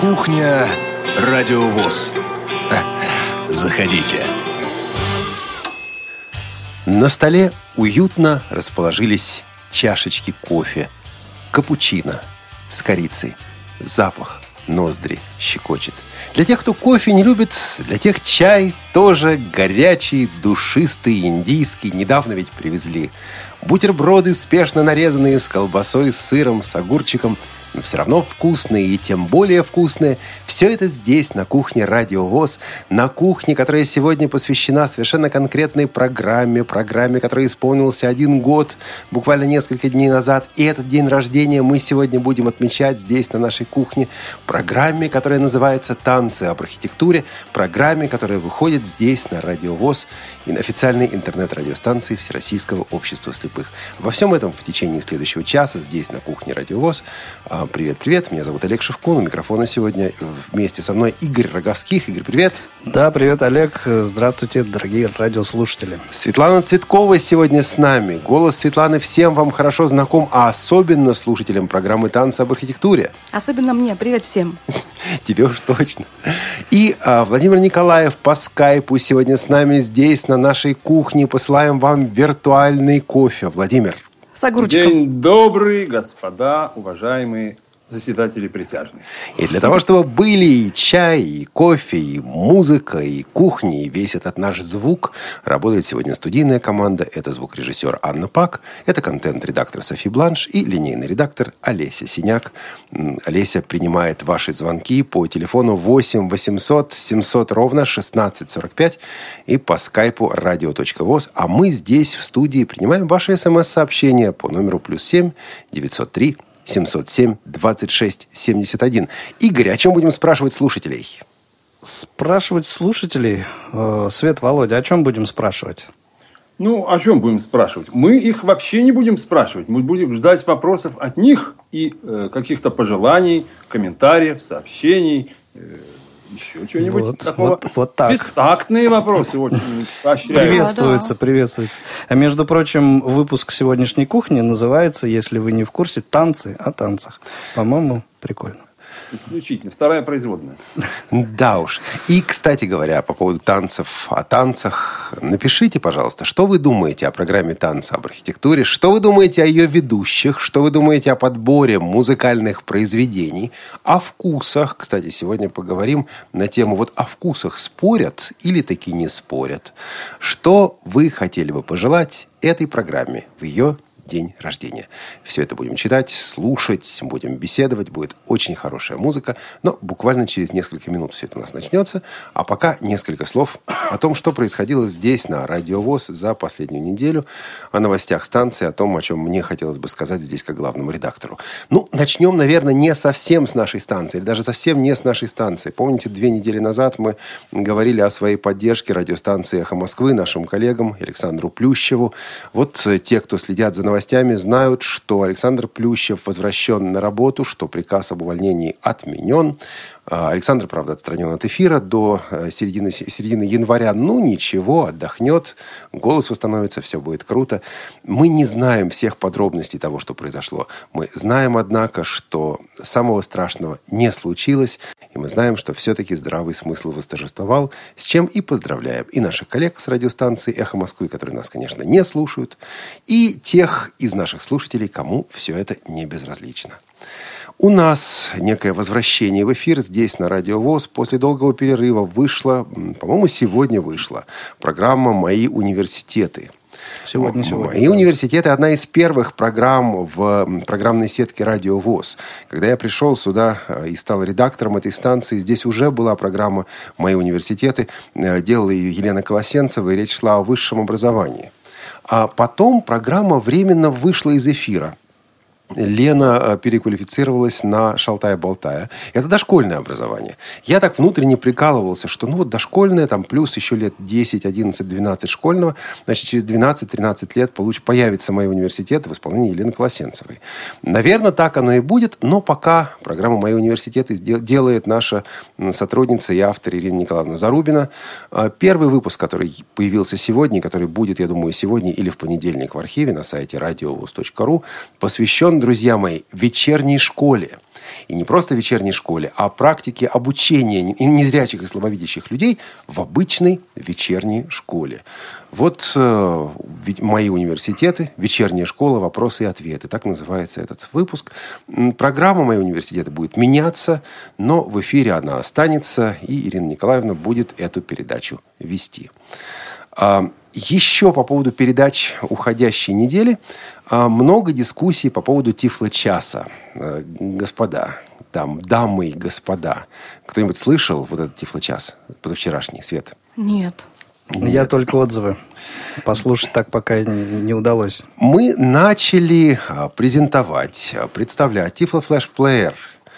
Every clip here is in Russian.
Кухня Радиовоз. Заходите. На столе уютно расположились чашечки кофе, капучино с корицей. Запах ноздри щекочет. Для тех, кто кофе не любит, для тех чай тоже горячий, душистый, индийский. Недавно ведь привезли бутерброды, спешно нарезанные с колбасой, с сыром, с огурчиком. Но все равно вкусные и тем более вкусные. Все это здесь, на кухне Радиовоз. На кухне, которая сегодня посвящена совершенно конкретной программе. Программе, которой исполнился 1 год, буквально несколько дней назад. И этот день рождения мы сегодня будем отмечать здесь, на нашей кухне. Программе, которая называется «Танцы об архитектуре». Программе, которая выходит здесь, на Радиовоз и на официальной интернет-радиостанции Всероссийского общества слепых. Во всем этом в течение следующего часа здесь, на кухне Радиовоз. Привет. Меня зовут Олег Шевкун. У микрофона сегодня вместе со мной Игорь Роговских. Игорь, привет. Да, привет, Олег. Здравствуйте, дорогие радиослушатели. Светлана Цветкова сегодня с нами. Голос Светланы всем вам хорошо знаком, а особенно слушателям программы «Танцы об архитектуре». Особенно мне. Привет всем. Тебе уж точно. И Владимир Николаев по скайпу сегодня с нами здесь, на нашей кухне. Посылаем вам виртуальный кофе. Владимир. С огурчиком. День добрый, господа, уважаемые заседатели присяжные. И для того, чтобы были и чай, и кофе, и музыка, и кухня, и весь этот наш звук, работает сегодня студийная команда. Это звукорежиссер Анна Пак, это контент-редактор Софи Бланш и линейный редактор Олеся Синяк. Олеся принимает ваши звонки по телефону 8 800 700 ровно 1645 и по скайпу radio.voz. А мы здесь в студии принимаем ваши смс-сообщения по номеру +7 903 707 26 71. Игорь, о чем будем спрашивать слушателей? Спрашивать слушателей? Свет, Володя, о чем будем спрашивать? Ну, о чем будем спрашивать? Мы их вообще не будем спрашивать. Мы будем ждать вопросов от них и каких-то пожеланий, комментариев, сообщений, еще чего-нибудь такого. Вот так. Бестактные вопросы очень поощряются. Приветствуются. А между прочим, выпуск сегодняшней кухни называется, если вы не в курсе, «Танцы о танцах». По-моему, прикольно. Исключительно. Вторая производная. Да уж. И, кстати говоря, по поводу танцев о танцах, напишите, пожалуйста, что вы думаете о программе «Танцы об архитектуре», что вы думаете о ее ведущих, что вы думаете о подборе музыкальных произведений, о вкусах. Кстати, сегодня поговорим на тему, вот о вкусах спорят или таки не спорят. Что вы хотели бы пожелать этой программе в ее день рождения. Все это будем читать, слушать, будем беседовать. Будет очень хорошая музыка. Но буквально через несколько минут все это у нас начнется. А пока несколько слов о том, что происходило здесь, на Радиовоз, за последнюю неделю. О новостях станции, о том, о чем мне хотелось бы сказать здесь, как главному редактору. Ну, начнем, наверное, не совсем с нашей станции. Или даже совсем не с нашей станции. Помните, 2 недели назад мы говорили о своей поддержке радиостанции «Эхо Москвы» нашим коллегам Александру Плющеву. Вот те, кто следят за новостями, знают, что Александр Плющев возвращен на работу, что приказ об увольнении отменен. Александр, правда, отстранен от эфира до середины января. Ну, ничего, отдохнет, голос восстановится, все будет круто. Мы не знаем всех подробностей того, что произошло. Мы знаем, однако, что самого страшного не случилось. И мы знаем, что все-таки здравый смысл восторжествовал, с чем и поздравляем и наших коллег с радиостанции «Эхо Москвы», которые нас, конечно, не слушают, и тех из наших слушателей, кому все это не безразлично. У нас некое возвращение в эфир здесь, на Радиовоз. После долгого перерыва вышла, по-моему, сегодня вышла программа «Мои университеты». Сегодня. «Мои университеты» – одна из первых программ в программной сетке «Радиовоз». Когда я пришел сюда и стал редактором этой станции, здесь уже была программа «Мои университеты». Делала ее Елена Колосенцева, и речь шла о высшем образовании. А потом программа временно вышла из эфира. Лена переквалифицировалась на шалтая-болтая. Это дошкольное образование. Я так внутренне прикалывался, что ну вот дошкольное, там плюс еще лет 10, 11, 12 школьного, значит, через 12-13 лет появится «Мои университеты» в исполнении Елены Колосенцевой. Наверное, так оно и будет, но пока программу «Мои университеты» делает наша сотрудница и автор Ирина Николаевна Зарубина. Первый выпуск, который появился сегодня, который будет, я думаю, сегодня или в понедельник в архиве на сайте radiovoz.ru, посвящен друзья мои, вечерней школе. И не просто в вечерней школе, а практике обучения незрячих и слабовидящих людей в обычной вечерней школе. Вот мои университеты, вечерняя школа, вопросы и ответы. Так называется этот выпуск. Программа моего университета будет меняться, но в эфире она останется, и Ирина Николаевна будет эту передачу вести. Еще по поводу передач уходящей недели. Много дискуссий по поводу Тифло-часа. Господа, дамы и господа. Кто-нибудь слышал вот этот Тифло-час позавчерашний, Свет? Нет. Я только отзывы. Послушать так пока не удалось. Мы начали представлять Tiflo Flash Player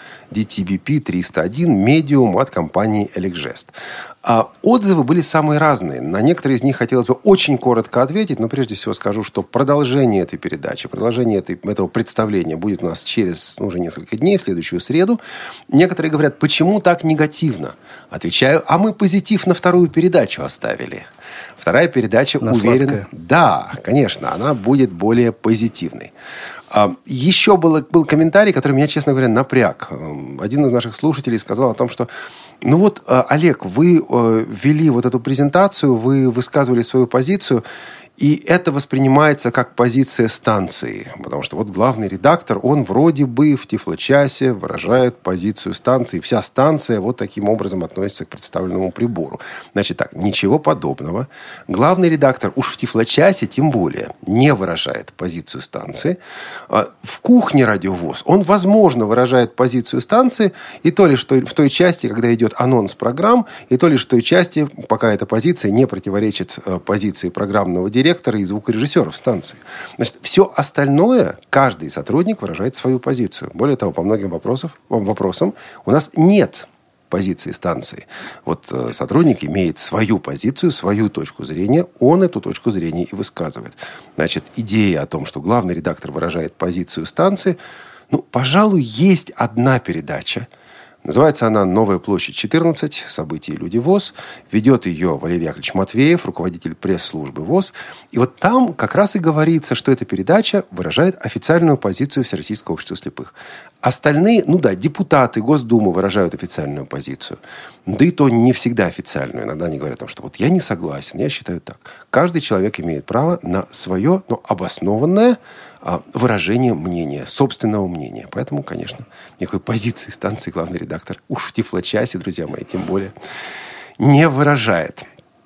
DTBP-301 Medium от компании Elecgest. Отзывы были самые разные. На некоторые из них хотелось бы очень коротко ответить, но прежде всего скажу, что продолжение этой передачи, продолжение этого представления будет у нас через уже несколько дней, в следующую среду. Некоторые говорят, почему так негативно? Отвечаю, а мы позитив на вторую передачу оставили. Вторая передача, уверен, да, конечно, она будет более позитивной. Еще был комментарий, который меня, честно говоря, напряг. Один из наших слушателей сказал о том, что Олег, вы вели вот эту презентацию, вы высказывали свою позицию, и это воспринимается как позиция станции. Потому что главный редактор, он вроде бы в Тифло-часе выражает позицию станции. Вся станция таким образом относится к представленному прибору. Значит так, ничего подобного. Главный редактор уж в Тифло-часе тем более не выражает позицию станции. В кухне Радио ВОС он, возможно, выражает позицию станции и то лишь в той части, когда идет анонс программ, и то лишь в той части, пока эта позиция не противоречит позиции программного директора и звукорежиссеров станции. Значит, все остальное каждый сотрудник выражает свою позицию. Более того, по многим вопросам у нас нет позиции станции. Сотрудник имеет свою позицию, свою точку зрения, он эту точку зрения и высказывает. Значит, идея о том, что главный редактор выражает позицию станции, пожалуй, есть одна передача. Называется она «Новая площадь 14. События и люди ВОС». Ведет ее Валерий Яковлевич Матвеев, руководитель пресс-службы ВОС. И там как раз и говорится, что эта передача выражает официальную позицию Всероссийского общества слепых. Остальные, депутаты Госдумы выражают официальную позицию. Да и то не всегда официальную. Иногда они говорят, что я не согласен, я считаю так. Каждый человек имеет право на свое, но обоснованное выражение мнения, собственного мнения. Поэтому, конечно, никакой позиции станции главный редактор уж в Тифло-часе, друзья мои, тем более не выражает.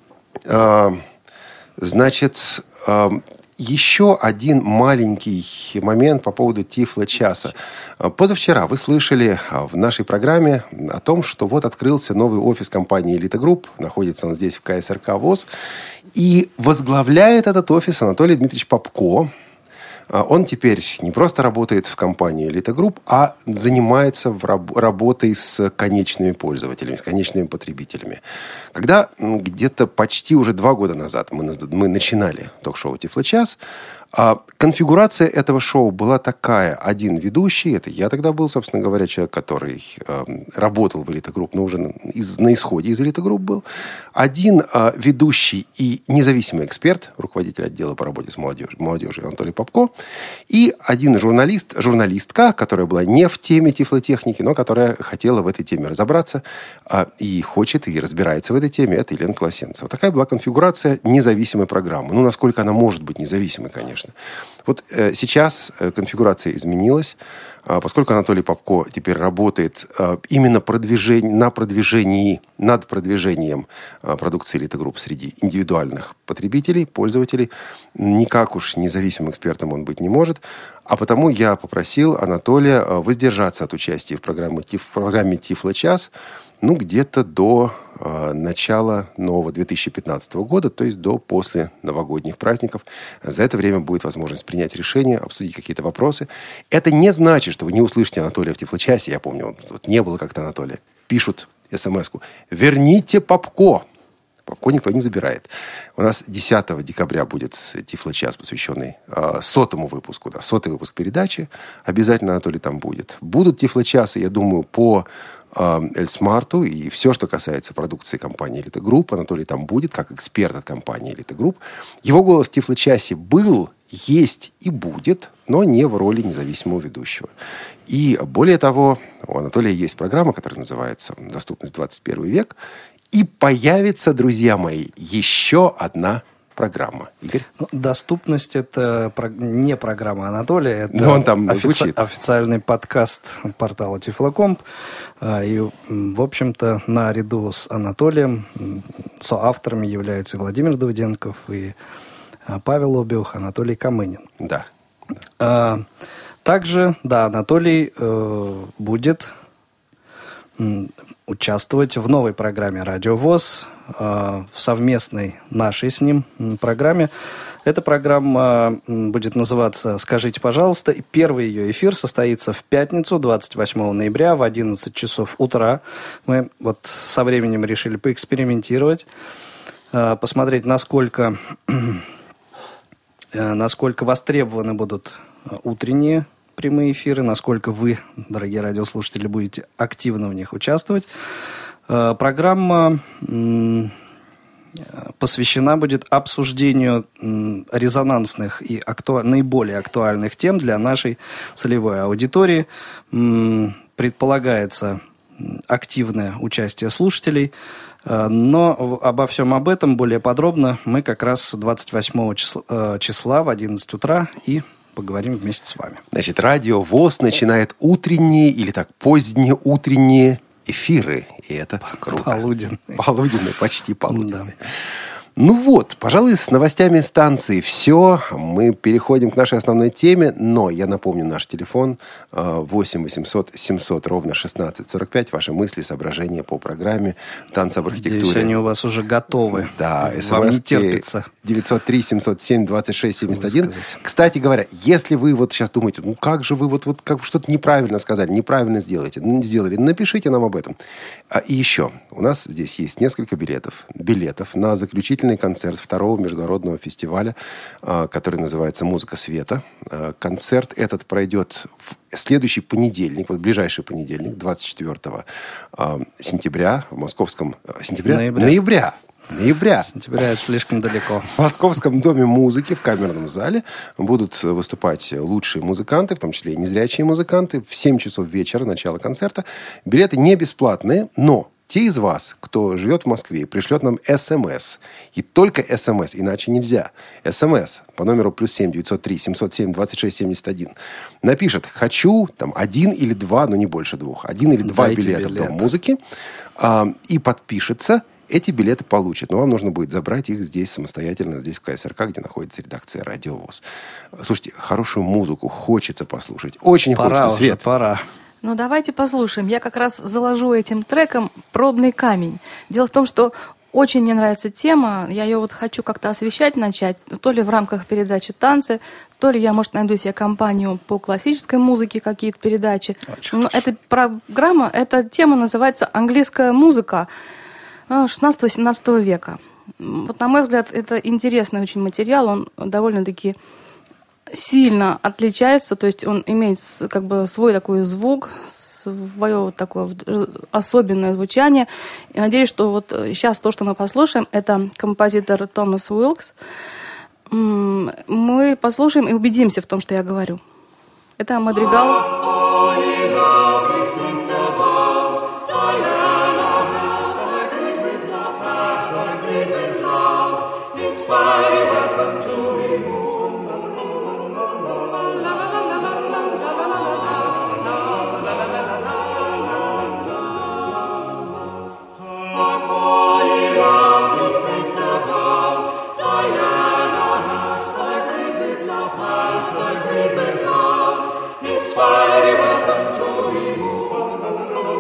Значит, еще один маленький момент по поводу Тифло-часа. Позавчера вы слышали в нашей программе о том, что открылся новый офис компании «Элита Групп». Находится он здесь, в КСРК ВОС. И возглавляет этот офис Анатолий Дмитриевич Попко. Он теперь не просто работает в компании «Элита Групп», а занимается работой с конечными пользователями, с конечными потребителями. Когда где-то почти уже 2 года назад мы начинали ток-шоу «Тифло-час», конфигурация этого шоу была такая. Один ведущий, это я тогда был, собственно говоря, человек, который работал в «Элита Групп», но уже на исходе из «Элита Групп» был. Один ведущий и независимый эксперт, руководитель отдела по работе с молодежью Анатолий Попко, и один журналистка, которая была не в теме тифлотехники, но которая хотела в этой теме разобраться и хочет, и разбирается в этой теме, это Елена Колосенцева. Такая была конфигурация независимой программы. Насколько она может быть независимой, конечно. Сейчас конфигурация изменилась, поскольку Анатолий Попко теперь работает именно над продвижением продукции «Элита Групп» среди индивидуальных потребителей, пользователей. Никак уж независимым экспертом он быть не может. А потому я попросил Анатолия воздержаться от участия в программе «Тифло-час» где-то до начала нового 2015 года, то есть после новогодних праздников. За это время будет возможность принять решение, обсудить какие-то вопросы. Это не значит, что вы не услышите Анатолия в Тифло-часе. Я помню, не было как-то Анатолия. Пишут смс-ку: «Верните Попко». Попко никто не забирает. У нас 10 декабря будет Тифло-час, посвященный 100-му выпуску. 100-й выпуск передачи. Обязательно Анатолий там будет. Будут Тифло-часы, я думаю, по Эльсмарту, и все, что касается продукции компании «Элита Групп», Анатолий там будет, как эксперт от компании «Элита Групп». Его голос в Тифло-часе был есть и будет, но не в роли независимого ведущего. И более того, у Анатолия есть программа, которая называется «Доступность 21 век». И появится, друзья мои, еще одна программа. Игорь? Доступность – это не программа Анатолия, это но он там звучит. Официальный подкаст портала Тифлокомп. И, в общем-то, наряду с Анатолием соавторами являются и Владимир Давыденков, и Павел Обиух, Анатолий Камынин. Да. Также, да, Анатолий будет участвовать в новой программе «Радио ВОС», в совместной нашей с ним программе. Эта программа будет называться «Скажите, пожалуйста». И первый ее эфир состоится в пятницу, 28 ноября в 11 часов утра. Мы вот со временем решили поэкспериментировать, посмотреть, насколько востребованы будут утренние прямые эфиры, насколько вы, дорогие радиослушатели, будете активно в них участвовать. Программа посвящена будет обсуждению резонансных и наиболее актуальных тем для нашей целевой аудитории. Предполагается активное участие слушателей, но обо всем об этом более подробно мы как раз 28 числа в 11 утра и поговорим вместе с вами. Значит, Радио ВОС начинает утренние или так поздние утренние эфиры. И это круто. Полуденные. Полуденные, почти полуденные. Да. Ну вот, пожалуй, с новостями станции все. Мы переходим к нашей основной теме. Но я напомню наш телефон 8 800 700 ровно 1645. Ваши мысли, соображения по программе «Танцы об архитектуре». Надеюсь, они у вас уже готовы. Да, вам не СМС терпится. 903 707 26 71. Кстати говоря, если вы вот сейчас думаете, ну как же вы вот как что-то неправильно сказали, неправильно сделали, напишите нам об этом. И еще, у нас здесь есть несколько билетов на заключительный концерт второго международного фестиваля, который называется «Музыка света». Концерт этот пройдет в следующий понедельник, вот ближайший понедельник, 24 сентября в московском... Ноября. Сентября это слишком далеко. В Московском доме музыки в камерном зале будут выступать лучшие музыканты, в том числе и незрячие музыканты. В 7 часов вечера, начало концерта. Билеты не бесплатные, но те из вас, кто живет в Москве и пришлет нам СМС, и только СМС, иначе нельзя, СМС по номеру +7 903 707 26 71, напишет: хочу там 1 или 2, но не больше 2, 1 или 2 билета в Дом музыки, и подпишется, эти билеты получат. Но вам нужно будет забрать их здесь самостоятельно, здесь в КСРК, где находится редакция «Радио ВОС». Слушайте, хорошую музыку хочется послушать. Очень хочется, Свет. Пора. Ну, давайте послушаем. Я как раз заложу этим треком «Пробный камень». Дело в том, что очень мне нравится тема. Я ее вот хочу как-то освещать начать. То ли в рамках передачи «Танцы», то ли я, может, найду себе компанию по классической музыке, какие-то передачи. Но эта программа, эта тема называется «Английская музыка» 16-17 века. Вот, на мой взгляд, это интересный очень материал. Он довольно-таки сильно отличается, то есть он имеет как бы свой такой звук, свое вот такое особенное звучание. И надеюсь, что вот сейчас то, что мы послушаем, это композитор Томас Уилкс. Мы послушаем и убедимся в том, что я говорю. Это мадригал. Fiery weapon to remove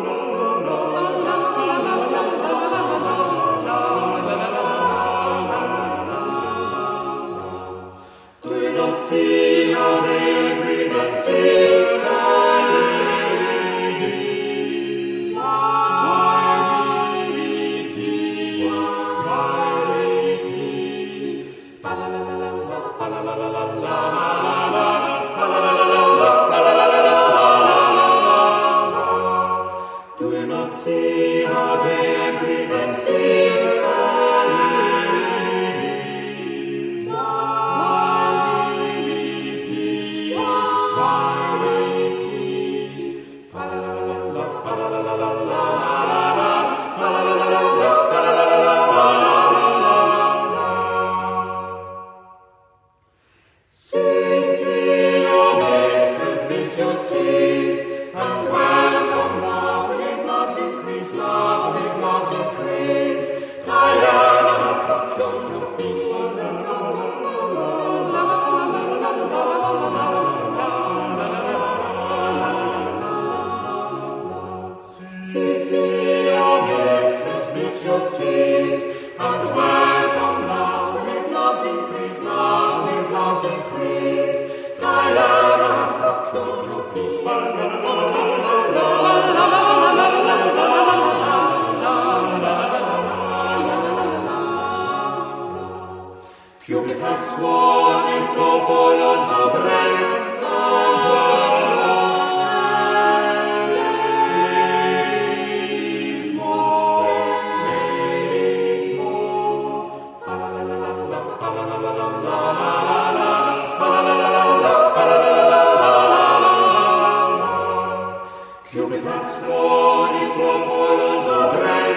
Cupid hath sworn his lawful oath to break. Ladies more, ladies more. Fa la la la la la, fa la la la la la la, fa la la la la la, fa la la la la la la. Cupid hath sworn his lawful oath to break.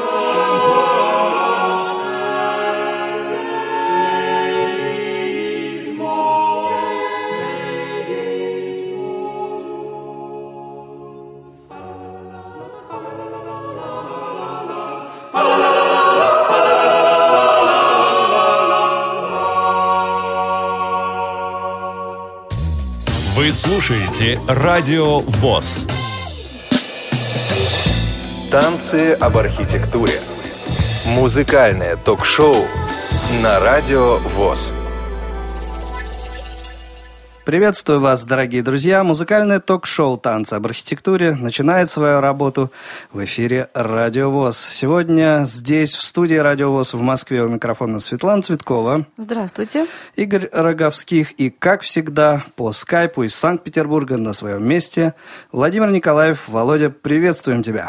Вы слушаете Радио ВОС. Танцы об архитектуре. Музыкальное ток-шоу на Радио ВОС. Приветствую вас, дорогие друзья. Музыкальное ток-шоу «Танцы об архитектуре» начинает свою работу в эфире Радио ВОС. Сегодня здесь, в студии Радио ВОС в Москве, у микрофона Светлана Цветкова. Здравствуйте. Игорь Роговских. И, как всегда, по скайпу из Санкт-Петербурга на своем месте Владимир Николаев. Володя, приветствуем тебя.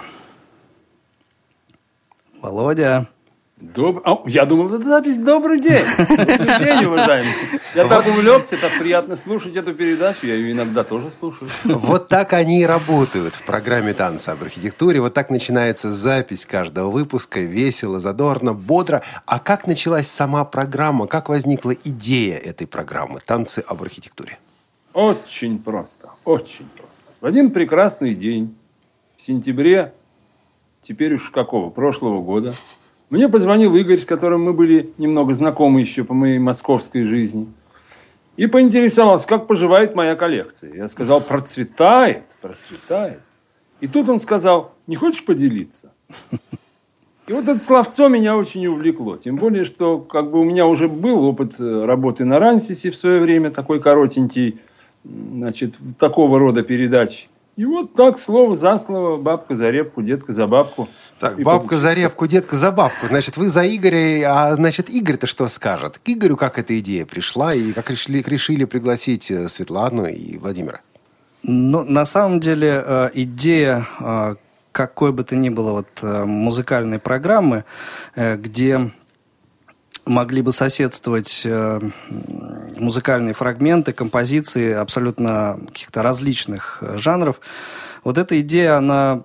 Володя. Я думал, это запись. Добрый день. Добрый день, уважаемый. Я так увлекся, так приятно слушать эту передачу. Я ее иногда тоже слушаю. Вот так они и работают в программе «Танцы об архитектуре». Вот так начинается запись каждого выпуска. Весело, задорно, бодро. А как началась сама программа? Как возникла идея этой программы «Танцы об архитектуре»? Очень просто. Очень просто. В один прекрасный день, в сентябре, теперь уж какого, прошлого года, мне позвонил Игорь, с которым мы были немного знакомы еще по моей московской жизни, и поинтересовался, как поживает моя коллекция. Я сказал, процветает, процветает. И тут он сказал, не хочешь поделиться? И вот это словцо меня очень увлекло. Тем более, что как бы у меня уже был опыт работы на Рансисе в свое время, такой коротенький, значит, такого рода передач. И вот так, слово за слово, бабка за репку, детка за бабку. Так, бабка за репку, детка за бабку. Значит, вы за Игоря, а значит, Игорь-то что скажет? К Игорю как эта идея пришла и как решили пригласить Светлану и Владимира? Ну, на самом деле, идея какой бы то ни было вот музыкальной программы, где могли бы соседствовать музыкальные фрагменты, композиции абсолютно каких-то различных жанров. Вот эта идея, она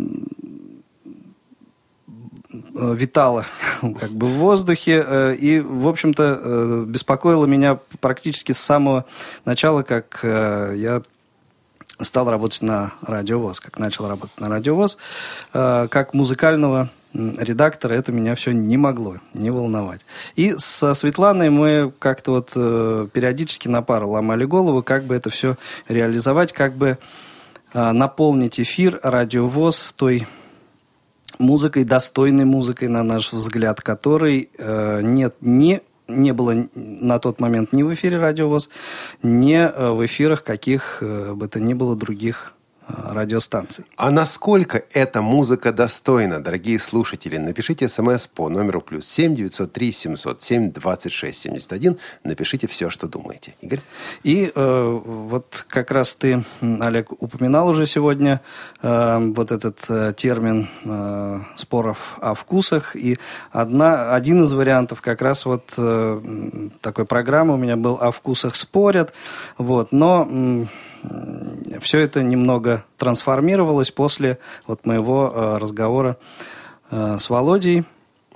витала как бы в воздухе и, в общем-то, беспокоила меня практически с самого начала, как я стал работать на Радио ВОС, как начал работать на Радио ВОС, как музыкального редактора, это меня все не могло не волновать. И со Светланой мы как-то вот периодически на пару ломали голову, как бы это все реализовать, как бы наполнить эфир Радио ВОС той музыкой, достойной музыкой, на наш взгляд, которой не было на тот момент ни в эфире Радио ВОС, ни в эфирах каких бы то ни было других радиостанций. А насколько эта музыка достойна, дорогие слушатели? Напишите смс по номеру +7 903 707 26 71. Напишите все, что думаете. Игорь? И вот как раз ты, Олег, упоминал уже сегодня вот этот термин споров о вкусах. И один из вариантов как раз вот такой программы у меня был «О вкусах спорят». Вот. Но все это немного трансформировалось после вот моего разговора с Володей.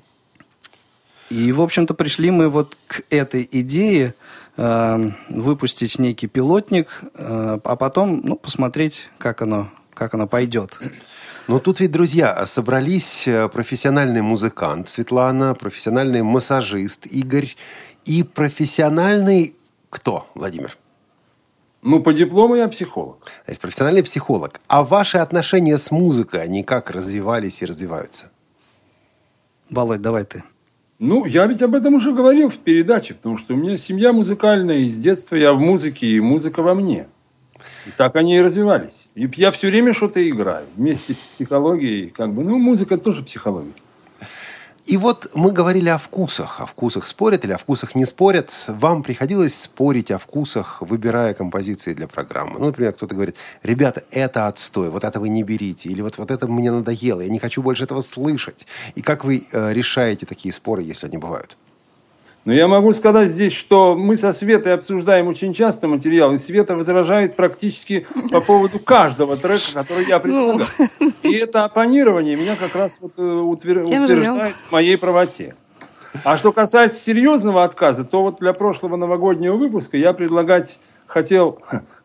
И, в общем-то, пришли мы вот к этой идее выпустить некий пилотник, а потом посмотреть, как оно пойдет. Но тут ведь, друзья, собрались профессиональный музыкант Светлана, профессиональный массажист Игорь и профессиональный кто, Владимир? По диплому я психолог. То есть профессиональный психолог. А ваши отношения с музыкой, они как развивались и развиваются? Володь, давай ты. Я ведь об этом уже говорил в передаче, потому что у меня семья музыкальная, и с детства я в музыке, и музыка во мне. И так они и развивались. И я все время что-то играю. Вместе с психологией, музыка тоже психология. И вот мы говорили о вкусах. О вкусах спорят или о вкусах не спорят. Вам приходилось спорить о вкусах, выбирая композиции для программы? Например, кто-то говорит: ребята, это отстой, вот это вы не берите. Или вот это мне надоело, я не хочу больше этого слышать. И как вы решаете такие споры, если они бывают? Я могу сказать здесь, что мы со Светой обсуждаем очень часто материал, и Света возражает практически по поводу каждого трека, который я предлагаю. И это оппонирование меня как раз утверждает в моей правоте. А что касается серьезного отказа, то вот для прошлого новогоднего выпуска я предложить хотел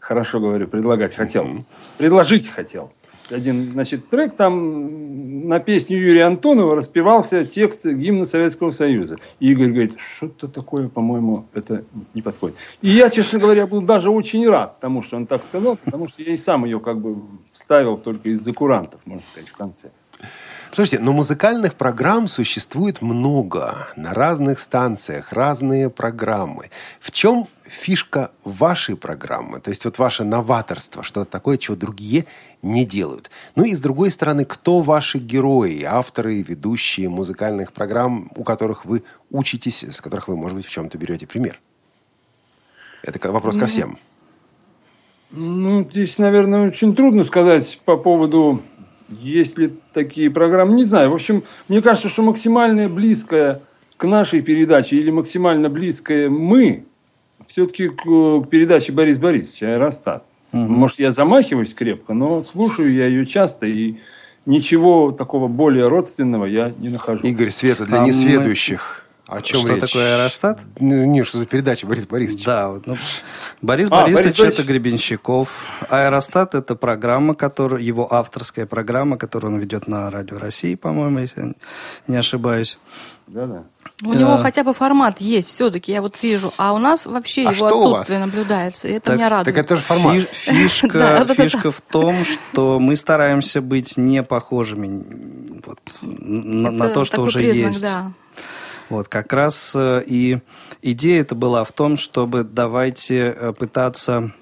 один, трек, там на песню Юрия Антонова распевался текст гимна Советского Союза. И Игорь говорит: что-то такое, по-моему, это не подходит. И я, честно говоря, был даже очень рад тому, что он так сказал, потому что я и сам ее вставил только из-за курантов, можно сказать, в конце. Слушайте, музыкальных программ существует много. На разных станциях разные программы. В чем фишка вашей программы? То есть ваше новаторство, что-то такое, чего другие не делают. И с другой стороны, кто ваши герои, авторы, ведущие музыкальных программ, у которых вы учитесь, с которых вы, может быть, в чем-то берете пример? Это вопрос ко всем. Здесь, наверное, очень трудно сказать по поводу... Есть ли такие программы? Не знаю. В общем, мне кажется, что максимально близкое к нашей передаче или максимально близкое мы все-таки к передаче Бориса Борисовича «Аэростат». Может, я замахиваюсь крепко, но слушаю я ее часто, и ничего такого более родственного я не нахожу. Игорь, Света, для несведущих. О чем что речь? Такое «Аэростат»? Что за передача Борис Борисович? Да, Борис Борисович – это Гребенщиков. «Аэростат» – это программа, его авторская программа, которую он ведет на Радио России, по-моему, если я не ошибаюсь. Да. У него хотя бы формат есть все-таки, я вижу. А у нас вообще его отсутствие наблюдается. И это меня радует. Так это же формат. Фишка в том, что мы стараемся быть не похожими на то, что уже есть. Да. Как раз и идея это была в том, чтобы давайте пытаться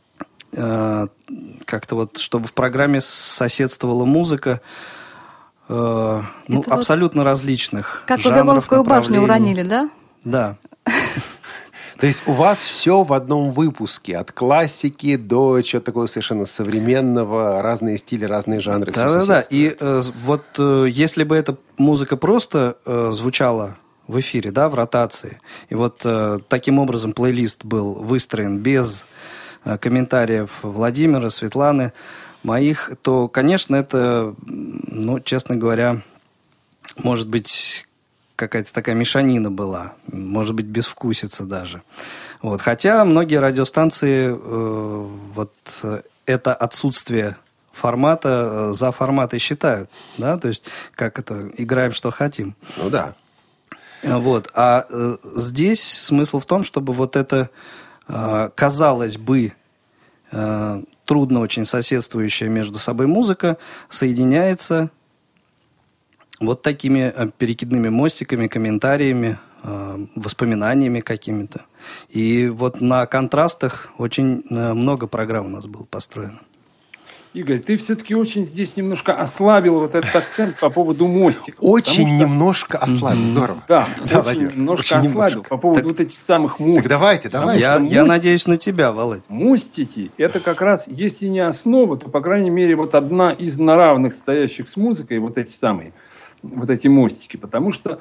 как-то чтобы в программе соседствовала музыка абсолютно различных как жанров, вы Вавилонскую башню направлений. уронили, да? Да. То есть у вас все в одном выпуске. От классики до чего-то такого совершенно современного. Разные стили, разные жанры. Да. И если бы эта музыка просто звучала в эфире, в ротации, и таким образом плейлист был выстроен без комментариев Владимира, Светланы, моих, то, конечно, это, честно говоря, может быть, какая-то такая мешанина была, может быть, безвкусица даже. Хотя многие радиостанции это отсутствие формата за форматы считают, да, то есть как это, играем, что хотим. Да. А здесь смысл в том, чтобы это, казалось бы, трудно очень соседствующая между собой музыка соединяется такими перекидными мостиками, комментариями, воспоминаниями какими-то. И на контрастах очень много программ у нас было построено. Игорь, ты все-таки очень здесь немножко ослабил этот акцент по поводу мостиков. Очень немножко ослабил, здорово. Да, очень немножко ослабил по поводу этих самых мостиков. Так давайте. Я надеюсь на тебя, Володь. Мостики – это как раз, если не основа, то, по крайней мере, одна из на равных стоящих с музыкой, эти мостики. Потому что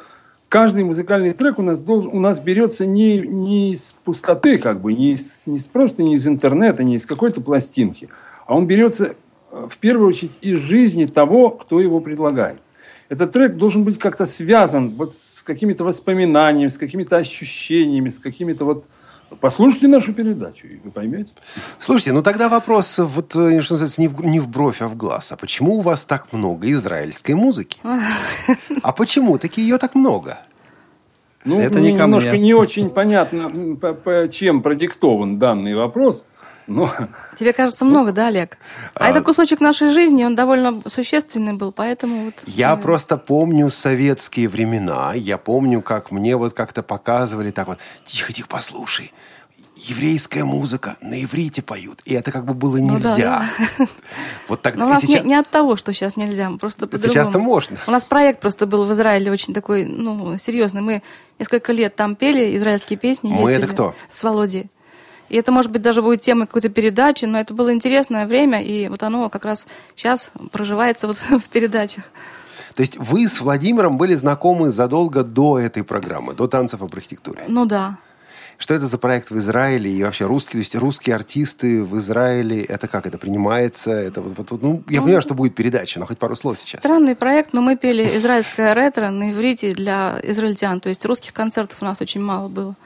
каждый музыкальный трек у нас берется не из пустоты, как бы, просто не из интернета, не из какой-то пластинки, а он берется в первую очередь из жизни того, кто его предлагает. Этот трек должен быть как-то связан вот с какими-то воспоминаниями, с какими-то ощущениями, с какими-то вот... Послушайте нашу передачу, и вы поймете. Слушайте, ну тогда вопрос, вот, что называется, не в бровь, а в глаз. А почему у вас так много израильской музыки? А почему таки ее так много? Ну, это мне не ко немножко мне. не очень понятно, чем продиктован данный вопрос. Но... Тебе кажется много, да, Олег? А это кусочек нашей жизни, он довольно существенный был, поэтому... Вот, Я просто помню советские времена. Я помню, как мне вот как-то показывали так вот: тихо, послушай. Еврейская музыка, на иврите поют. И это как бы было нельзя. Вот тогда. Но у нас не от того, что сейчас нельзя, просто по-другому. Сейчас-то можно. У нас проект просто был в Израиле очень такой, серьезный. Мы несколько лет там пели израильские песни. Мы это ездили кто? С Володей. И это, может быть, даже будет темой какой-то передачи, но это было интересное время, и вот оно как раз сейчас проживается вот в передачах. То есть вы с Владимиром были знакомы задолго до этой программы, до «Танцев об архитектуре»? Ну да. Что это за проект в Израиле? И вообще русские, то есть русские артисты в Израиле, это как? Это принимается? Это я понимаю, что будет передача, но хоть пару слов сейчас. Странный проект, но мы пели израильское ретро на иврите для израильтян. То есть русских концертов у нас очень мало было.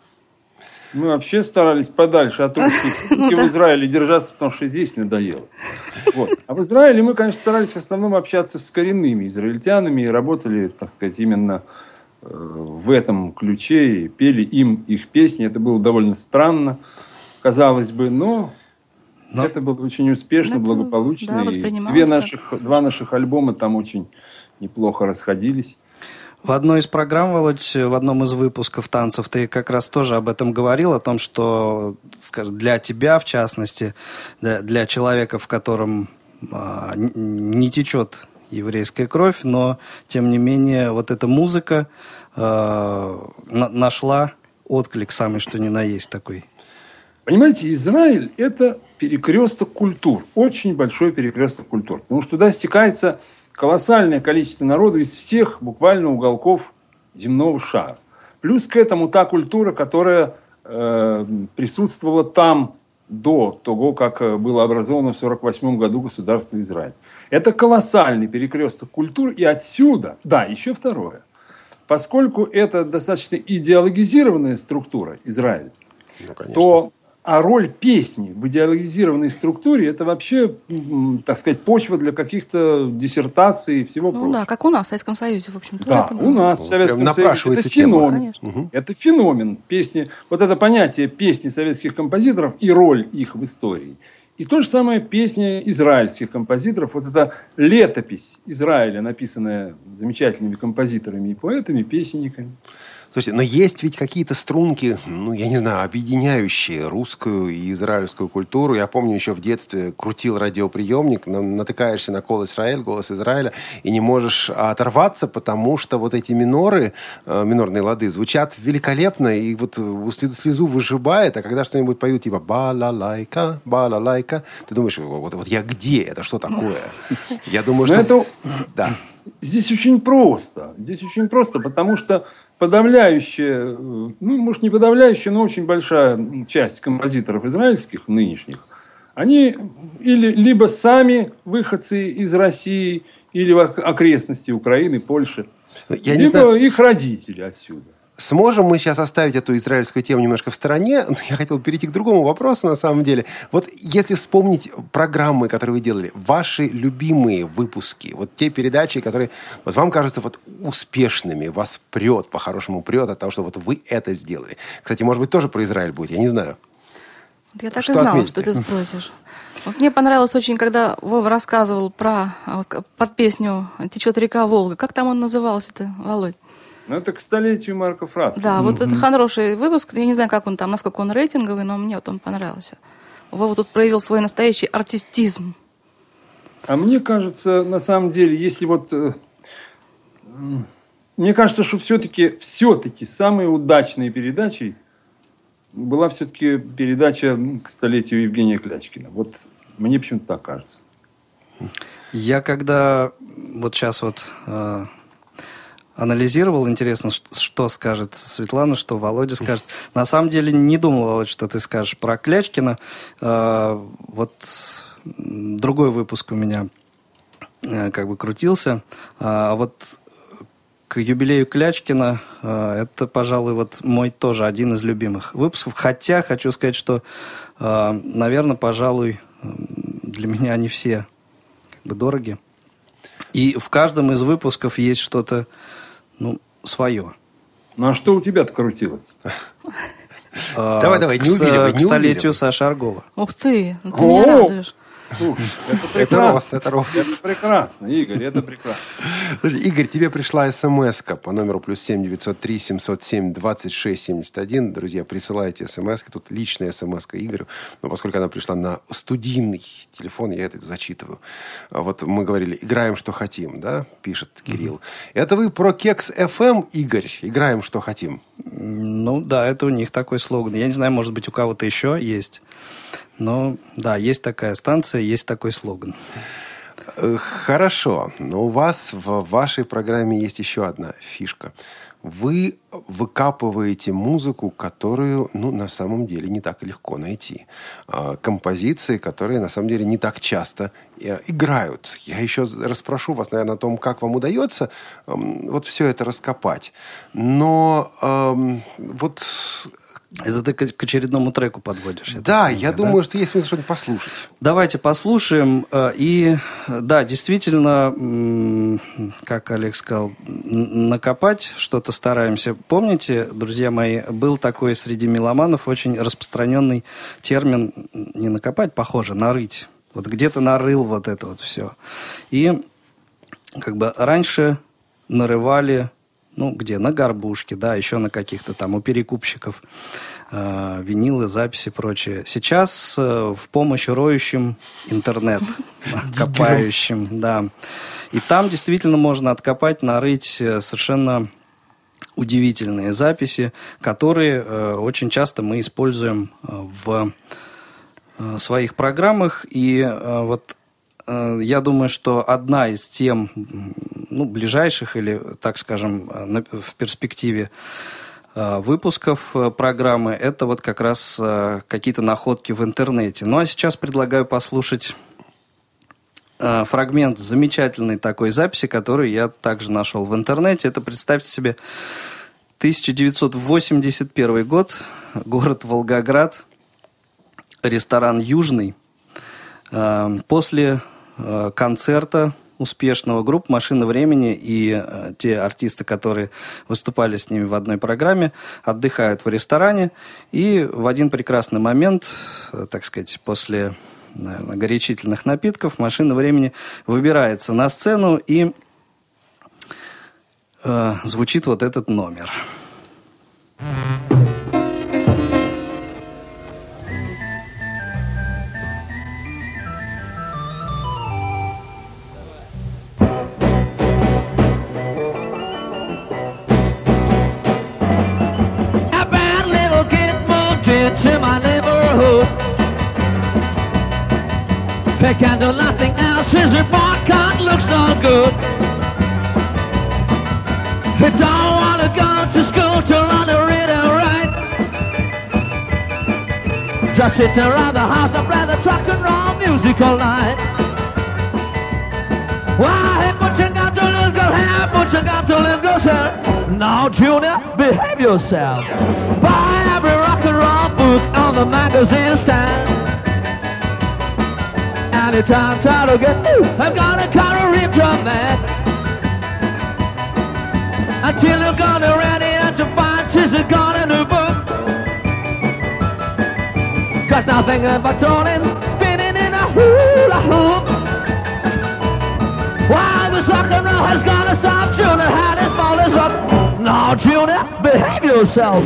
Мы вообще старались подальше от русских в Израиле держаться, потому что здесь надоело. Вот. А в Израиле мы, конечно, старались в основном общаться с коренными израильтянами и работали, так сказать, именно в этом ключе и пели им их песни. Это было довольно странно, казалось бы, но это было очень успешно, благополучно. Да, и два наших альбома там очень неплохо расходились. В одной из программ, Володь, в одном из выпусков «Танцев» ты как раз тоже об этом говорил, о том, что, скажем, для тебя, в частности, для человека, в котором не течет еврейская кровь, но, тем не менее, вот эта музыка нашла отклик самый что ни на есть такой. Понимаете, Израиль – это перекресток культур, очень большой перекресток культур, потому что туда стекается колоссальное количество народу из всех буквально уголков земного шара. Плюс к этому та культура, которая присутствовала там до того, как было образовано в 1948 году государство Израиль. Это колоссальный перекресток культур. И отсюда, да, еще второе. Поскольку это достаточно идеологизированная структура Израиль, то роль песни в идеологизированной структуре – это вообще, так сказать, почва для каких-то диссертаций и всего прочего. Да, как у нас в Советском Союзе, в общем-то. Да, у нас в Советском Союзе это феномен. Это феномен песни. Вот это понятие песни советских композиторов и роль их в истории. И то же самое песня израильских композиторов. Вот эта летопись Израиля, написанная замечательными композиторами и поэтами, песенниками. Слушайте, но есть ведь какие-то струнки, я не знаю, объединяющие русскую и израильскую культуру. Я помню, еще в детстве крутил радиоприемник, натыкаешься на голос Израиля, и не можешь оторваться, потому что вот эти минорные лады звучат великолепно, и вот слезу выжибает, а когда что-нибудь поют, типа «балалайка», ты думаешь, вот я где? Это что такое? Я думаю, что... Да. Здесь очень просто, потому что подавляющая, может не подавляющая, но очень большая часть композиторов израильских нынешних, они либо сами выходцы из России или окрестностей Украины, Польши, либо их родители отсюда. Сможем мы сейчас оставить эту израильскую тему немножко в стороне? Я хотел перейти к другому вопросу, на самом деле. Вот если вспомнить программы, которые вы делали, ваши любимые выпуски, вот те передачи, которые вот вам кажутся вот успешными, вас прет, по-хорошему прет от того, что вот вы это сделали. Кстати, может быть, тоже про Израиль будет, я не знаю. Я так и знала, что ты спросишь. Вот мне понравилось очень, когда Вова рассказывал под песню «Течет река Волга». Как там он назывался-то, Володь? Это к столетию Марка Фратки. Да, вот это хороший выпуск. Я не знаю, как он там, насколько он рейтинговый, но мне вот он понравился. Вова тут проявил свой настоящий артистизм. А мне кажется, на самом деле, если мне кажется, что все-таки самой удачной передачей была все-таки передача к столетию Евгения Клячкина. Вот мне почему-то так кажется. Я когда вот сейчас анализировал. Интересно, что скажет Светлана, что Володя скажет. На самом деле не думал, Володя, что ты скажешь про Клячкина. Вот другой выпуск у меня как бы крутился. Вот к юбилею Клячкина это, пожалуй, вот мой тоже один из любимых выпусков. Хотя хочу сказать, что, наверное, пожалуй, для меня они все как бы дороги. И в каждом из выпусков есть что-то, свое. Ну, а что у тебя-то крутилось? Давай, не увиливай, К столетию Саши Аргова. Ух ты, ты меня радуешь. Слушай, это Это прекрасно. рост, это рост. Это прекрасно, Игорь, это прекрасно. Слушай, Игорь, тебе пришла смс-ка по номеру +7 903 707 26 71. Друзья, присылайте смс-ки. Тут личная смс-ка Игорю. Но поскольку она пришла на студийный телефон, я это зачитываю. Вот мы говорили, играем, что хотим, да? Пишет Кирилл. Это вы про Кекс FM, Игорь? Играем, что хотим. Ну, да, это у них такой слоган. Я не знаю, может быть, у кого-то еще есть. Но, да, есть такая станция, есть такой слоган. Хорошо. Но у вас в вашей программе есть еще одна фишка. Вы выкапываете музыку, которую, на самом деле не так легко найти. Композиции, которые, на самом деле, не так часто играют. Я еще расспрошу вас, наверное, о том, как вам удается вот все это раскопать. Но вот... Это ты к очередному треку подводишь. Да, я думаю, что есть смысл что-нибудь послушать. Давайте послушаем. И, да, действительно, как Олег сказал, накопать что-то стараемся. Помните, друзья мои, был такой среди меломанов очень распространенный термин не накопать, похоже, нарыть. Вот где-то нарыл вот это вот все. И как бы раньше нарывали... где? На горбушке, да, еще на каких-то там у перекупщиков винилы, записи и прочее. Сейчас в помощь роющим интернет, копающим, да. И там действительно можно откопать, нарыть совершенно удивительные записи, которые очень часто мы используем в своих программах. И вот я думаю, что одна из тем, ближайших или, так скажем, в перспективе выпусков программы, это вот как раз какие-то находки в интернете. Ну, а сейчас предлагаю послушать фрагмент замечательной такой записи, которую я также нашел в интернете. Это, представьте себе, 1981 год, город Волгоград, ресторан «Южный». После концерта успешного группы «Машина времени» и те артисты, которые выступали с ними в одной программе, отдыхают в ресторане. И в один прекрасный момент, так сказать, после, наверное, горячительных напитков, «Машина времени» выбирается на сцену, и звучит вот этот номер. To my neighborhood, they can do nothing else. His report card looks no good. He don't want to go to school to learn to read and write. Just sit around the house and play the rock and roll music all night. Why, hey, put your gun to little girl hair, put your gun to little girl's hair. Now, Junior, behave yourself. Buy every rock and roll book on the magazine stand. Anytime time to get new, I'm gonna cut a rip drum man. Until you're gonna ready and to find she's gone in a book. Got nothing but turning, spinning in a hula hoop. Why this rock and roll has gonna stop? Junior had his ballers up. Now, Junior, behave yourself.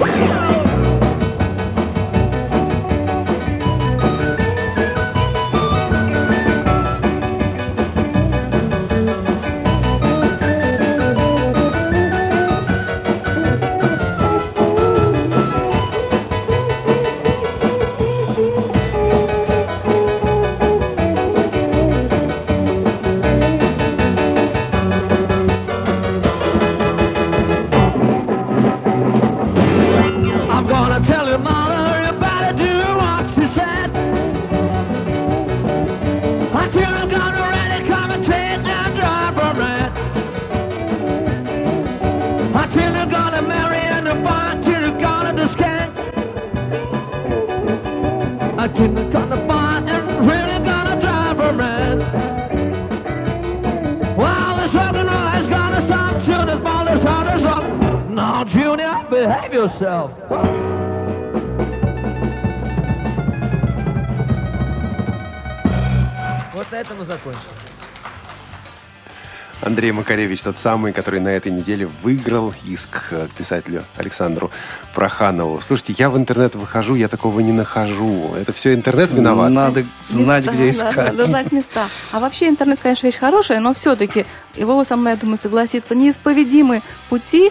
Until I'm gonna ready, come and take and drive for rent. Until I'm gonna marry and the buy, until I'm gonna the skank. Until I'm gonna buy and really gonna drive for rent. Well, this rock and roll is gonna stop, soon as ball is hard as up. Now, Junior, behave yourself. Вот на этом мы закончим. Андрей Макаревич, тот самый, который на этой неделе выиграл иск к писателю Александру Проханову. Слушайте, я в интернет выхожу, я такого не нахожу. Это все интернет виноват? Надо знать, Места, где искать. Надо знать места. А вообще интернет, конечно, вещь хорошая, но все-таки его со мной, я думаю, согласится, неисповедимы пути,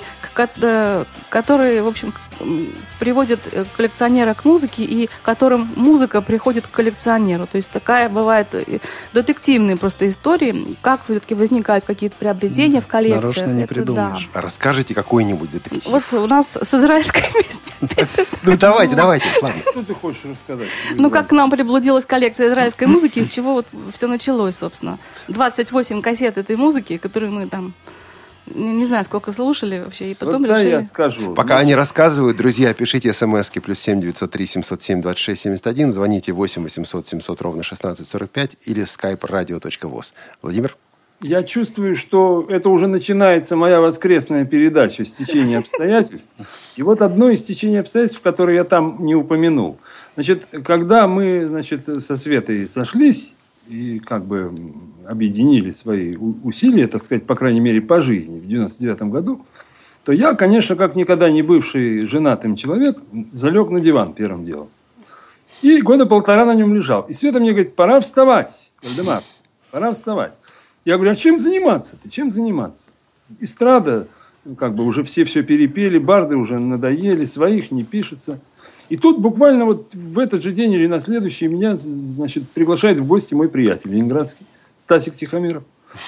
которые, в общем, приводят коллекционера к музыке, и которым музыка приходит к коллекционеру. То есть такая бывает детективные просто истории, как все-таки возникают какие-то приобретения в коллекциях. Нарочно не Это придумаешь. да. Расскажите какой-нибудь детектив. Вот у нас с израильской песни. Ну, давайте, ладно. Что ты хочешь рассказать? Ну, как к нам приблудилась коллекция израильской музыки, из чего вот все началось, собственно. 28 кассет этой музыки, которые мы там, не знаю, сколько слушали вообще, и потом Вот да, решили... я скажу. Пока они рассказывают, друзья, пишите смски +7 903 707 26 71, звоните 8 800 700 ровно 1645 или skype radio.voz. Владимир? Я чувствую, что это уже начинается моя воскресная передача «Стечение обстоятельств». И вот одно из стечений обстоятельств, которое я там не упомянул. Значит, когда мы, со Светой сошлись и как бы объединили свои усилия, так сказать, по крайней мере, по жизни в 99 году, то я, конечно, как никогда не бывший женатым человек, залег на диван первым делом. И года полтора на нем лежал. И Света мне говорит: пора вставать, Вальдемар, пора вставать. Я говорю: а чем заниматься? Чем заниматься? Эстрада, как бы уже все перепели, барды уже надоели, своих не пишется. И тут буквально вот в этот же день или на следующий меня, приглашает в гости мой приятель ленинградский, Стасик Тихомиров.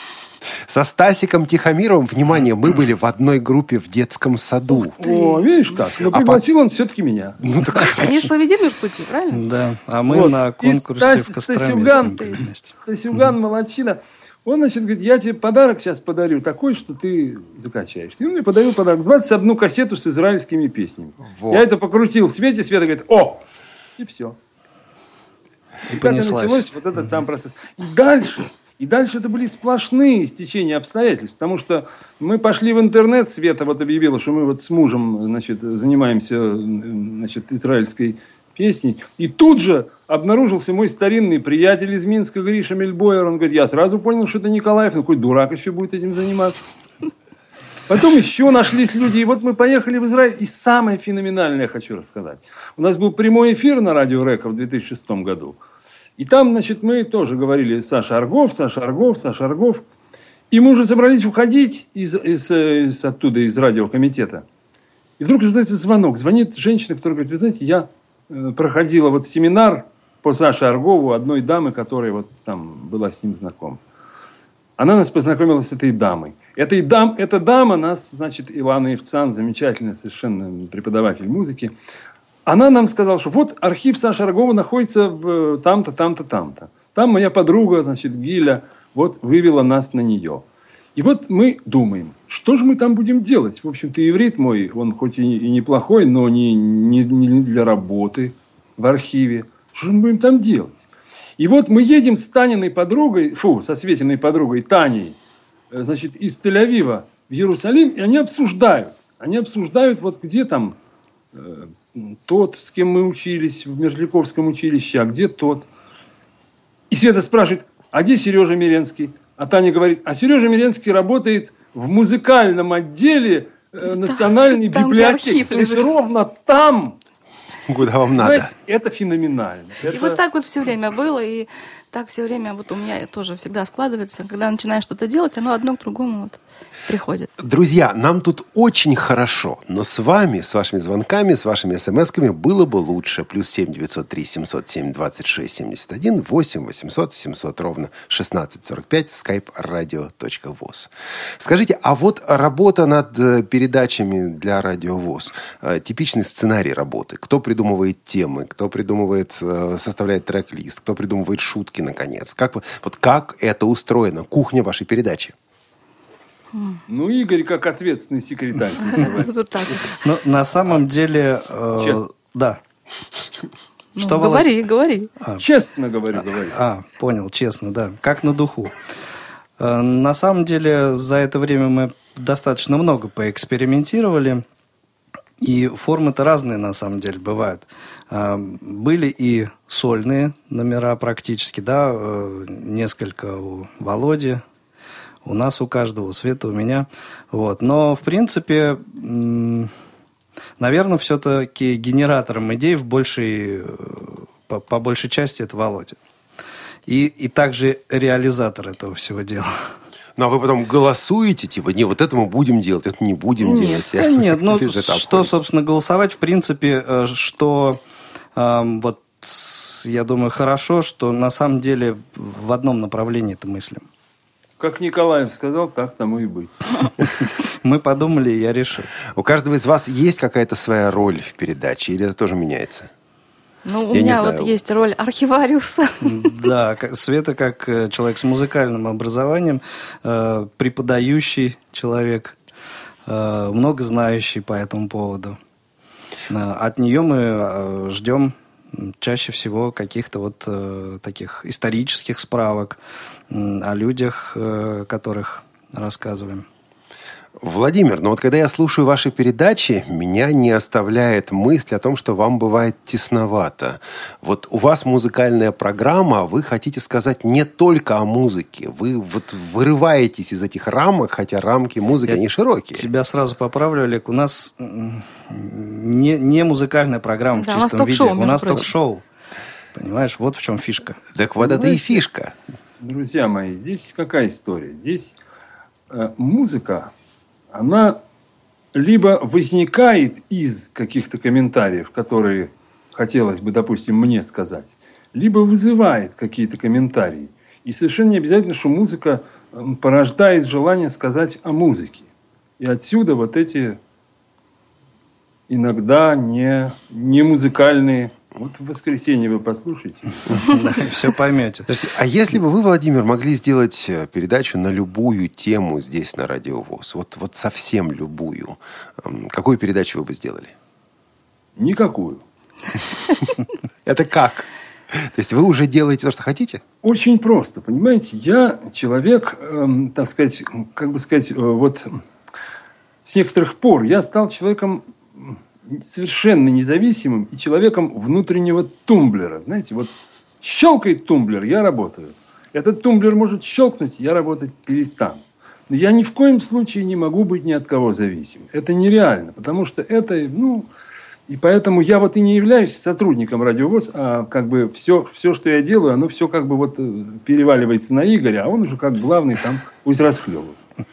Со Стасиком Тихомировым, внимание, мы были в одной группе в детском саду. О, видишь как? Но пригласил он все-таки меня. Ну, так... Неисповедимы в пути, правильно? Да, а мы Вот. на конкурсе в Костроме. Стасюган, молодчина. Он, говорит: я тебе подарок сейчас подарю такой, что ты закачаешься. И он мне подарил подарок. 21 кассету с израильскими песнями. Вот. Я это покрутил в Свете. Света говорит: о! И все. И как началось вот этот сам процесс. И дальше это были сплошные стечения обстоятельств. Потому что мы пошли в интернет. Света вот объявила, что мы вот с мужем, занимаемся, израильской песней. И тут же обнаружился мой старинный приятель из Минска, Гриша Мельбойер. Он говорит: я сразу понял, что это Николаев. Ну, какой дурак еще будет этим заниматься. Потом еще нашлись люди. И вот мы поехали в Израиль. И самое феноменальное я хочу рассказать. У нас был прямой эфир на радио Река в 2006 году. И там, мы тоже говорили: Саша Аргов. И мы уже собрались уходить оттуда, из радиокомитета. И вдруг раздается звонок. Звонит женщина, которая говорит: вы знаете, я проходила вот семинар по Саше Аргову одной дамы, которая вот там была с ним знакома. Она нас познакомила с этой дамой. Эта дама нас, Илана Евцан, замечательный совершенно преподаватель музыки, она нам сказала, что вот архив Саши Аргова находится в там-то, там-то, там-то. Там моя подруга, Гиля, вот вывела нас на нее. И вот мы думаем, что же мы там будем делать? В общем-то, иврит мой, он хоть и неплохой, но не для работы в архиве. Что же мы будем там делать? И вот мы едем с Таниной подругой, со Светиной подругой Таней, из Тель-Авива в Иерусалим, и они обсуждают. Вот где там тот, с кем мы учились в Мерзляковском училище, а где тот. И Света спрашивает: а где Сережа Миренский? А Таня говорит: а Сережа Миренский работает в музыкальном отделе Национальной библиотеки. То есть ровно там. Куда вам надо. Знаете, это феноменально. И вот так вот все время было, и так все время вот у меня тоже всегда складывается. Когда начинаешь что-то делать, оно одно к другому вот приходит. Друзья, нам тут очень хорошо, но с вами, с вашими звонками, с вашими смс-ками было бы лучше. +7 903 707 26 71, 8 800 700 ровно 1645, skype radio.voz. Скажите, а вот работа над передачами для Радио ВОС, типичный сценарий работы. Кто придумывает темы, кто составляет трек-лист, кто придумывает шутки, музыки, наконец? Как это устроено? Кухня вашей передачи. Ну, Игорь, как ответственный секретарь. Вот так вот. Ну, на самом деле... Честно. Да. Ну, Что, Володь? говори. Честно говорю. Понял, честно, да. Как на духу. На самом деле, за это время мы достаточно много поэкспериментировали. И формы-то разные, на самом деле, бывают. Были и сольные номера практически, да, несколько у Володи, у нас, у каждого, у Светы, у меня. Вот. Но, в принципе, наверное, все-таки генератором идей по большей части это Володя. И также реализатор этого всего дела. Ну, а вы потом голосуете, типа, не, вот это мы будем делать, это не будем делать. Нет, ну, что, собственно, голосовать, в принципе, что, вот, я думаю, хорошо, что на самом деле в одном направлении это мыслим. Как Николаев сказал, так тому и быть. Мы подумали, и я решил. У каждого из вас есть какая-то своя роль в передаче, или это тоже меняется? Ну, у Я не меня вот знаю. есть роль архивариуса. Да, Света, как человек с музыкальным образованием, преподающий человек, много знающий по этому поводу. От нее мы ждем чаще всего каких-то вот таких исторических справок о людях, которых рассказываем. Владимир, ну вот когда я слушаю ваши передачи, меня не оставляет мысль о том, что вам бывает тесновато. Вот у вас музыкальная программа, а вы хотите сказать не только о музыке. Вы вот вырываетесь из этих рамок, хотя рамки музыки, они широкие. Тебя сразу поправлю, Олег. У нас не музыкальная программа Да, в чистом виде. У нас прочим. ток-шоу. Понимаешь, вот в чем фишка. Так вот это и фишка. Друзья мои, здесь какая история? Здесь музыка, она либо возникает из каких-то комментариев, которые хотелось бы, допустим, мне сказать, либо вызывает какие-то комментарии. И совершенно не обязательно, что музыка порождает желание сказать о музыке. И отсюда вот эти иногда не музыкальные. Вот в воскресенье вы послушайте. Да, и все поймете. Подождите, а если бы вы, Владимир, могли сделать передачу на любую тему здесь, на Радио ВОС, вот совсем любую, какую передачу вы бы сделали? Никакую. Это как? То есть вы уже делаете то, что хотите? Очень просто, понимаете, я человек, так сказать, как бы сказать, вот с некоторых пор я стал человеком совершенно независимым и человеком внутреннего тумблера. Знаете, вот щелкает тумблер, я работаю. Этот тумблер может щелкнуть, я работать перестану. Но я ни в коем случае не могу быть ни от кого зависим. Это нереально, потому что это, и поэтому я вот и не являюсь сотрудником Радио ВОС, а как бы все, что я делаю, оно все как бы вот переваливается на Игоря, а он уже как главный там пусть расхлебывает.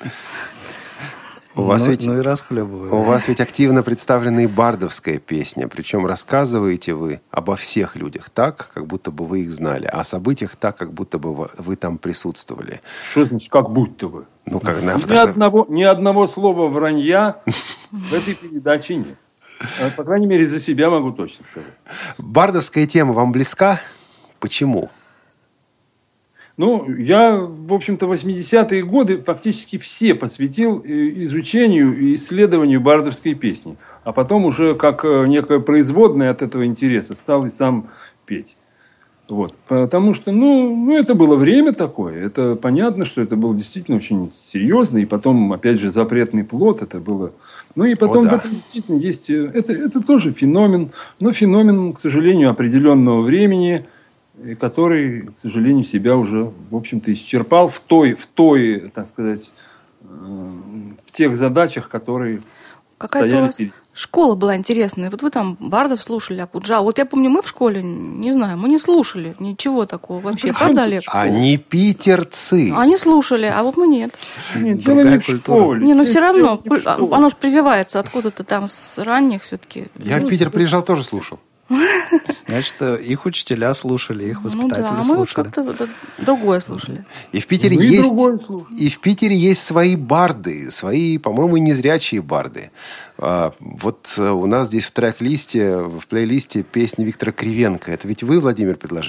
У вас ведь и расхлебываю. У вас ведь активно представлена и бардовская песня. Причем рассказываете вы обо всех людях так, как будто бы вы их знали. А о событиях так, как будто бы вы там присутствовали. Что значит «как будто бы»? Ну, как Ни одного слова вранья в этой передаче нет. По крайней мере, за себя могу точно сказать. Бардовская тема вам близка? Почему? Ну, я, в общем-то, 80-е годы фактически все посвятил изучению и исследованию бардовской песни. А потом уже как некое производное от этого интереса стал и сам петь. Вот. Потому что, это было время такое. Это понятно, что это было действительно очень серьезно. И потом, опять же, запретный плод. Это было... и потом в этом действительно есть... Это тоже феномен. Но феномен, к сожалению, определенного времени, который, к сожалению, себя уже, в общем-то, исчерпал в той, так сказать, в тех задачах, которые стояли перед... Школа была интересная. Вот вы там бардов слушали, Акуджава. Вот я помню, мы в школе, не знаю, мы не слушали ничего такого вообще. Правда, Олег? Они питерцы. Они слушали, а вот мы нет. Нет, дело не в школе. Но все равно, оно же прививается откуда-то там с ранних все-таки. Я в Питер приезжал, тоже слушал. Значит, их учителя слушали, их воспитатели а мы слушали. как-то другое слушали. И в Питере есть свои барды, свои, по-моему, незрячие барды. Вот у нас здесь в трек-листе, в плейлисте песни Виктора Кривенко. Это ведь вы, Владимир, предложили?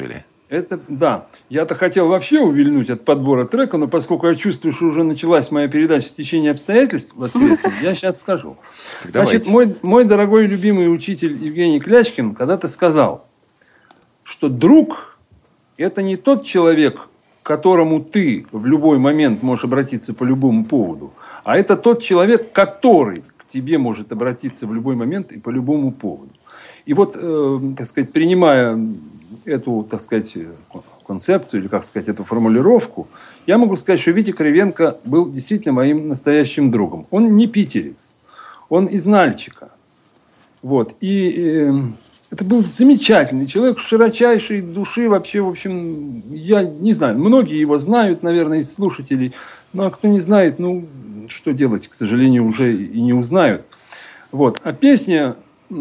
Это, да. Я-то хотел вообще увильнуть от подбора трека, но поскольку я чувствую, что уже началась моя передача «Стечение обстоятельств» воскресной, я сейчас скажу. Значит, мой дорогой и любимый учитель Евгений Клячкин когда-то сказал, что друг – это не тот человек, к которому ты в любой момент можешь обратиться по любому поводу, а это тот человек, который к тебе может обратиться в любой момент и по любому поводу. И вот, так сказать, принимая эту, так сказать, концепцию или, как сказать, эту формулировку, я могу сказать, что Витя Кривенко был действительно моим настоящим другом. Он не питерец, он из Нальчика. Вот. И это был замечательный человек, широчайшей души вообще, в общем, я не знаю, многие его знают, наверное, из слушателей, ну, а кто не знает, ну, что делать, к сожалению, уже и не узнают. Вот. А песня...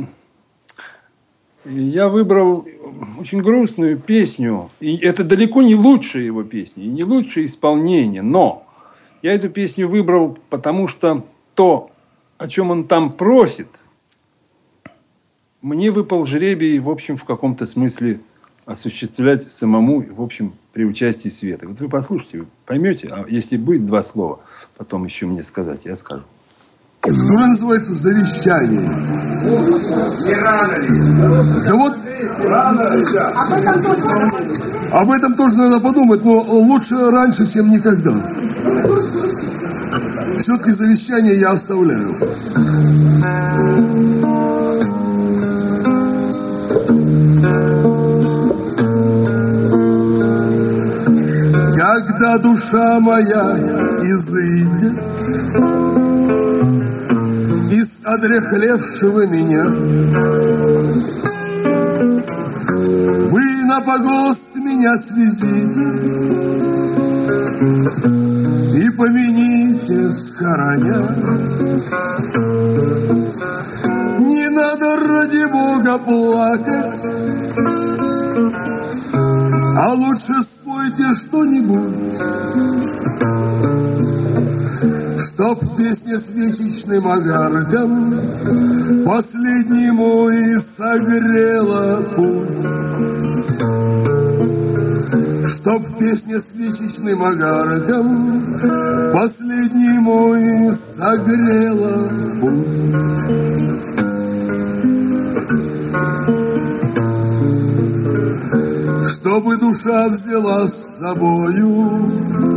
Я выбрал очень грустную песню, и это далеко не лучшая его песня, и не лучшее исполнение, но я эту песню выбрал, потому что то, о чем он там просит, мне выпал жребий, в общем, в каком-то смысле осуществлять самому, в общем, при участии Светы. Вот вы послушайте, вы поймете, а если будет два слова, потом еще мне сказать, я скажу. Которое называется «Завещание». Не рано ли? Да вот об этом тоже надо подумать, но лучше раньше, чем никогда. Все-таки завещание я оставляю. Когда душа моя изыдет из одряхлевшего меня, вы на погост меня свезите и помяните схороня. Не надо ради Бога плакать, а лучше спойте что-нибудь, чтоб песня свечечным огарком последнему и согрела путь. Чтоб песня свечечным огарком последнему и согрела путь. Чтобы душа взяла с собою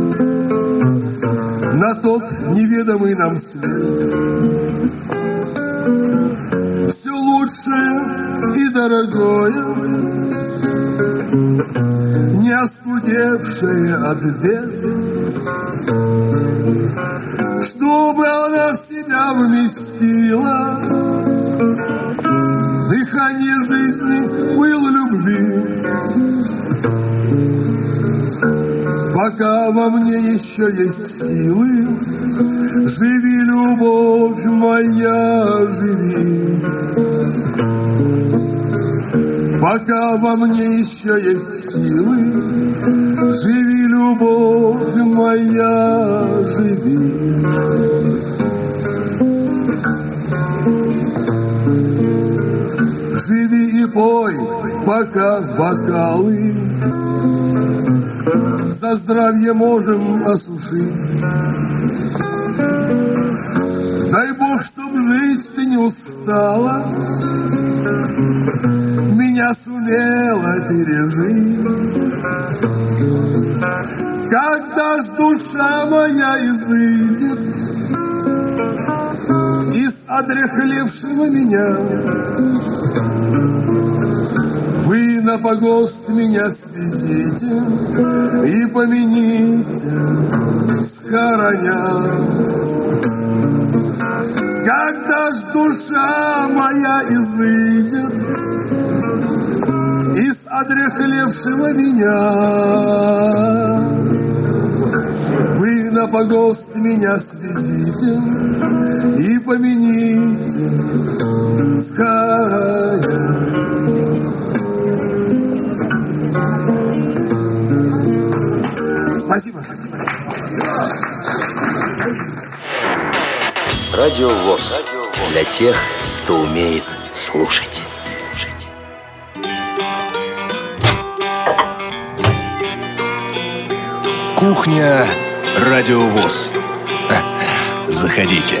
на тот неведомый нам свет все лучшее и дорогое, не оскудевшее от бед, чтобы она в себя вместила дыхание жизни, пыл любви. Пока во мне еще есть силы, живи, любовь моя, живи. Пока во мне еще есть силы, живи, любовь моя, живи. Живи и пой, пока бокалы за здравие можем осушить. Дай Бог, чтоб жить ты не устала, меня сумела пережить. Когда ж душа моя изыдет из одряхлевшего меня, вы на погост меня свезите и помяните схороня. Когда ж душа моя изыдет из одряхлевшего меня, вы на погост меня свезите и помяните схороня. Спасибо. Радио ВОС. Для тех, кто умеет слушать. Кухня Радио ВОС. Заходите.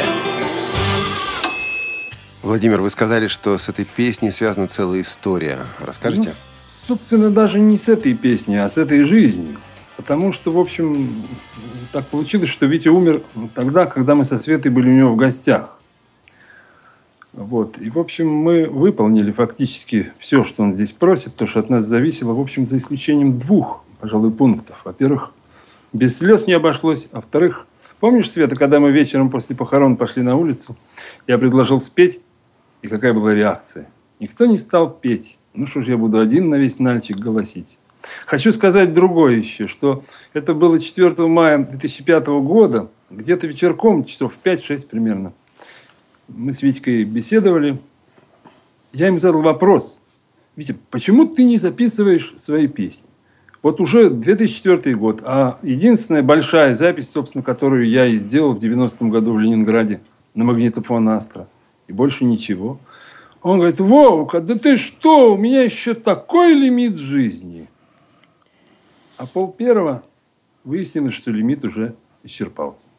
Владимир, вы сказали, что с этой песней связана целая история. Расскажите? Собственно, даже не с этой песней, а с этой жизнью. Потому что, в общем, так получилось, что Витя умер тогда, когда мы со Светой были у него в гостях. Вот. И, в общем, мы выполнили фактически все, что он здесь просит, то, что от нас зависело, в общем, за исключением 2, пожалуй, пунктов. Во-первых, без слез не обошлось. А во-вторых, помнишь, Света, когда мы вечером после похорон пошли на улицу, я предложил спеть, и какая была реакция? Никто не стал петь. Ну что ж, я буду один на весь Нальчик голосить. Хочу сказать другое еще, что это было 4 мая 2005 года, где-то вечерком, часов в 5-6 примерно. Мы с Витькой беседовали. Я им задал вопрос. Витя, почему ты не записываешь свои песни? Вот уже 2004 год, а единственная большая запись, собственно, которую я и сделал в 90-м году в Ленинграде на магнитофон «Астра». И больше ничего. Он говорит: Вовка, да ты что, у меня еще такой лимит жизни. А 1:30 выяснилось, что лимит уже исчерпался.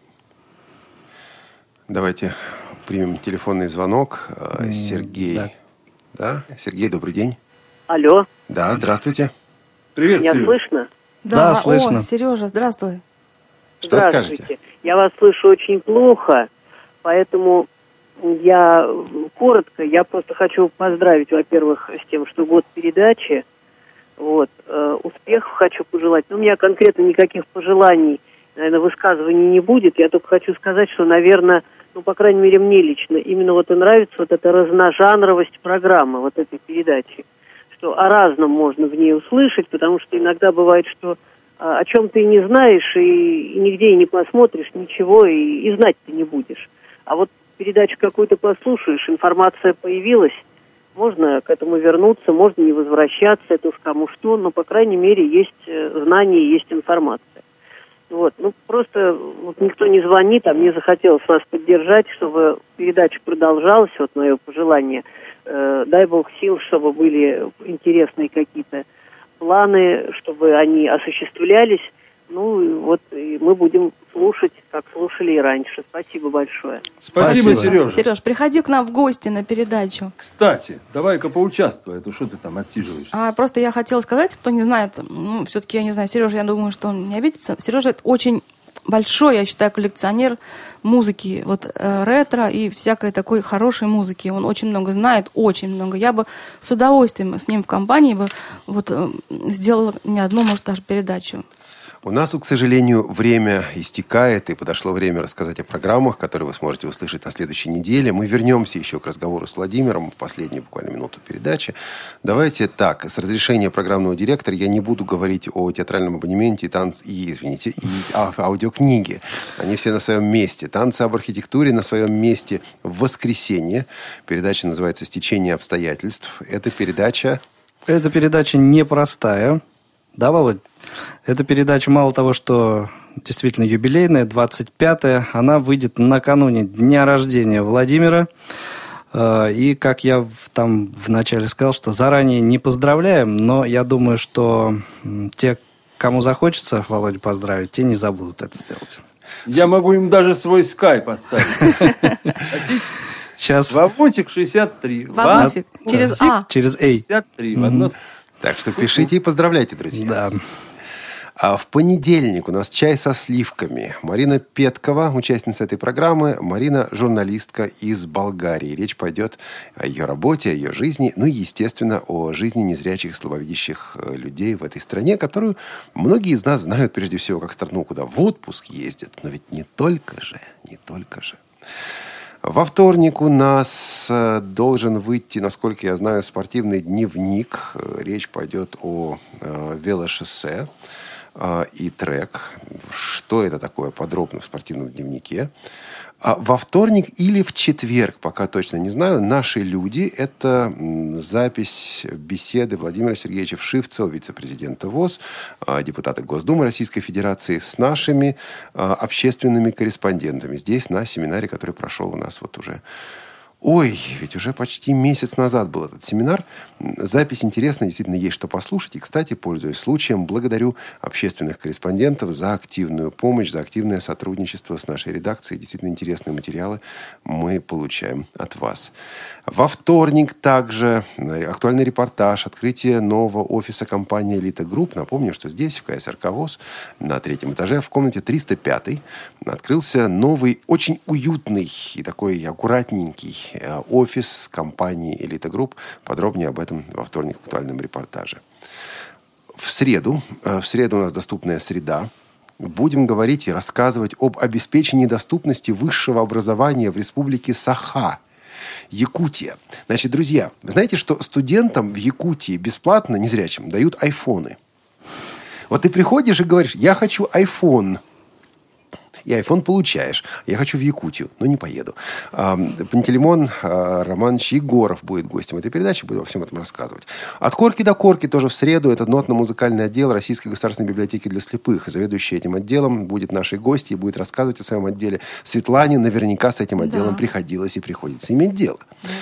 Давайте примем телефонный звонок. Сергей. Да? Сергей, добрый день. Алло. Да, здравствуйте. Привет, меня Сережа. слышно? Да, слышно. О, Сережа, здравствуй. Что скажете? Я вас слышу очень плохо, поэтому я коротко, я просто хочу поздравить, во-первых, с тем, что год передачи. Вот, успехов хочу пожелать. Но у меня конкретно никаких пожеланий, наверное, высказываний не будет. Я только хочу сказать, что, наверное, ну, по крайней мере, мне лично именно вот и нравится вот эта разножанровость программы, вот этой передачи. Что о разном можно в ней услышать, потому что иногда бывает, что о чем ты не знаешь, и нигде и не посмотришь, ничего, и знать ты не будешь. А вот передачу какую-то послушаешь, информация появилась, можно к этому вернуться, можно не возвращаться, это уж кому что, но, по крайней мере, есть знания, есть информация. Вот, ну, просто вот никто не звонит, а мне захотелось вас поддержать, чтобы передача продолжалась, вот мое пожелание. Дай Бог сил, чтобы были интересные какие-то планы, чтобы они осуществлялись. Ну, и вот и мы будем слушать, как слушали и раньше. Спасибо большое. Спасибо, Сережа. Сереж, приходи к нам в гости на передачу. Кстати, давай-ка поучаствуй, а то что ты там отсиживаешься? Просто я хотела сказать, кто не знает, ну, все-таки я не знаю, Сережа, я думаю, что он не обидится. Сережа очень большой, я считаю, коллекционер музыки, вот ретро и всякой такой хорошей музыки. Он очень много знает, очень много. Я бы с удовольствием с ним в компании бы вот сделала не одну, может, даже передачу. У нас, к сожалению, время истекает, и подошло время рассказать о программах, которые вы сможете услышать на следующей неделе. Мы вернемся еще к разговору с Владимиром в последнюю буквально минуту передачи. Давайте так, с разрешения программного директора я не буду говорить о театральном абонементе и аудиокниге. Они все на своем месте. «Танцы об архитектуре» на своем месте в воскресенье. Передача называется «Стечение обстоятельств». Эта передача непростая. Да, Володь? Эта передача мало того, что действительно юбилейная, 25-я, она выйдет накануне дня рождения Владимира. И, как я там вначале сказал, что заранее не поздравляем, но я думаю, что те, кому захочется Володю поздравить, те не забудут это сделать. Я могу им даже свой скайп оставить. Хотите? Сейчас. Вовусик 63. Вовусик. Через А. Через А. 63. В одно... Так что пишите и поздравляйте, друзья. Да. А в понедельник у нас «Чай со сливками». Марина Петкова, участница этой программы. Марина – журналистка из Болгарии. Речь пойдет о ее работе, о ее жизни. Ну и, естественно, о жизни незрячих, слабовидящих людей в этой стране, которую многие из нас знают прежде всего как страну, куда в отпуск ездят. Но ведь не только же. Во вторник у нас должен выйти, насколько я знаю, спортивный дневник. Речь пойдет о велошоссе и трек. Что это такое подробно в спортивном дневнике. Во вторник или в четверг, пока точно не знаю, «Наши люди» – это запись беседы Владимира Сергеевича Вшивцева, вице-президента ВОС, депутата Госдумы Российской Федерации, с нашими общественными корреспондентами здесь, на семинаре, который прошел у нас вот уже Ой, ведь уже почти месяц назад был этот семинар. Запись интересная, действительно есть что послушать. И, кстати, пользуясь случаем, благодарю общественных корреспондентов за активную помощь, за активное сотрудничество с нашей редакцией. Действительно интересные материалы мы получаем от вас. Во вторник также актуальный репортаж, открытие нового офиса компании «Элита Групп». Напомню, что здесь, в КСРК ВОС, на 3-м этаже, в комнате 305, открылся новый, очень уютный и такой аккуратненький офис компании «Элита Групп». Подробнее об этом во вторник в актуальном репортаже. В среду у нас доступная среда. Будем говорить и рассказывать об обеспечении доступности высшего образования в республике Саха, Якутия. Значит, друзья, вы знаете, что студентам в Якутии бесплатно, незрячим, дают айфоны. Вот ты приходишь и говоришь: я хочу айфон. И айфон получаешь. Я хочу в Якутию, но не поеду. Пантелеймон Романович Егоров будет гостем этой передачи, будет во всем этом рассказывать. От корки до корки тоже в среду. Это нотно-музыкальный отдел Российской государственной библиотеки для слепых. Заведующий этим отделом будет нашей гостьей и будет рассказывать о своем отделе. Светлане наверняка с этим отделом приходилось и приходится иметь дело.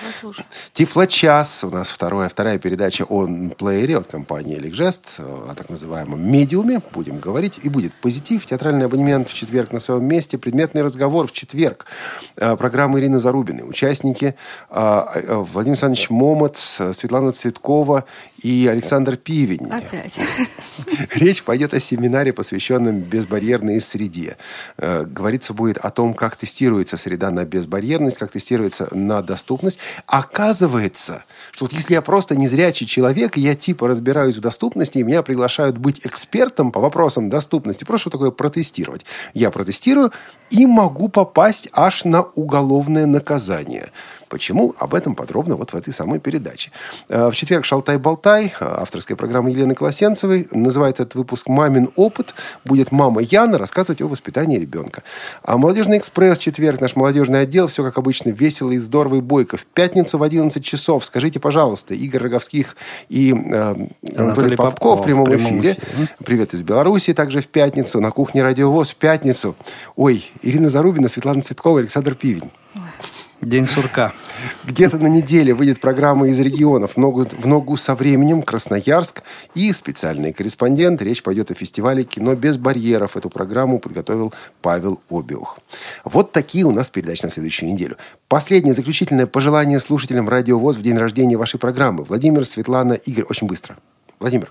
Тифлочас. У нас вторая передача о плеере от компании «Эликжест», о так называемом медиуме. Будем говорить. И будет позитив. Театральный абонемент в четверг на своем месте. Предметный разговор в четверг. Программа Ирины Зарубиной. Участники Владимир Александрович Момот, Светлана Цветкова и Александр Пивень. Опять. Речь пойдет о семинаре, посвященном безбарьерной среде. Говорится будет о том, как тестируется среда на безбарьерность, как тестируется на доступность. Оказывается, что вот если я просто незрячий человек, и я типа разбираюсь в доступности, и меня приглашают быть экспертом по вопросам доступности, просто что такое протестировать. Я протестирую и могу попасть аж на уголовное наказание. Почему? Об этом подробно вот в этой самой передаче. В четверг «Шалтай-болтай», авторская программа Елены Колосенцевой. Называется этот выпуск «Мамин опыт». Будет мама Яна рассказывать о воспитании ребенка. А «Молодежный экспресс» в четверг, наш молодежный отдел. Все, как обычно, весело и здорово и бойко. В пятницу в 11 часов. Скажите, пожалуйста, Игорь Роговских и Анатолий Попков в прямом эфире. Привет из Беларуси. Также в пятницу. На кухне «Радио ВОС» в пятницу. Ой, Ирина Зарубина, Светлана Цветкова, Александр Пивень. День сурка. Где-то на неделе выйдет программа из регионов в ногу со временем, Красноярск и специальный корреспондент. Речь пойдет о фестивале «Кино без барьеров». Эту программу подготовил Павел Обиух. Вот такие у нас передачи на следующую неделю. Последнее, заключительное пожелание слушателям «Радио ВОС» в день рождения вашей программы. Владимир, Светлана, Игорь. Очень быстро. Владимир,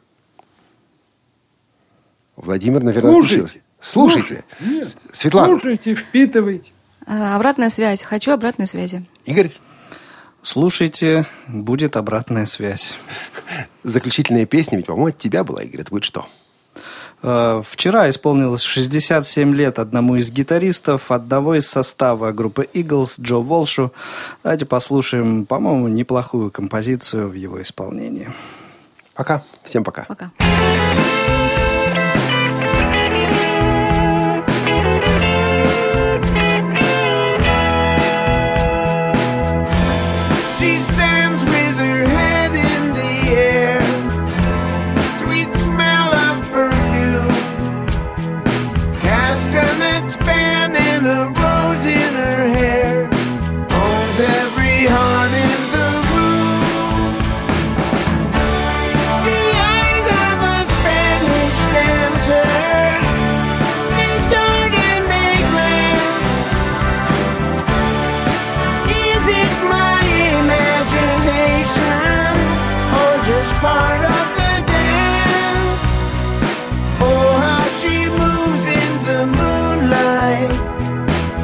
наверное, отключился. Слушайте. Нет. Светлана. Слушайте, впитывайте. Обратная связь. Хочу обратной связи. Игорь. Слушайте, будет обратная связь. Заключительная песня, ведь, по-моему, от тебя была, Игорь. Это будет что? Вчера исполнилось 67 лет одному из гитаристов одного из состава группы Eagles, Джо Волшу. Давайте послушаем, по-моему, неплохую композицию в его исполнении. Пока. Всем пока. Пока. She stands with her head in the air, sweet smell of perfume, castanets fan and a rose in her hair, owns every heart in the room. The eyes of a Spanish dancer, they dart and they glance. Is it my imagination, or just part of the dance? Oh, how she moves in the moonlight,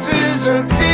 voices of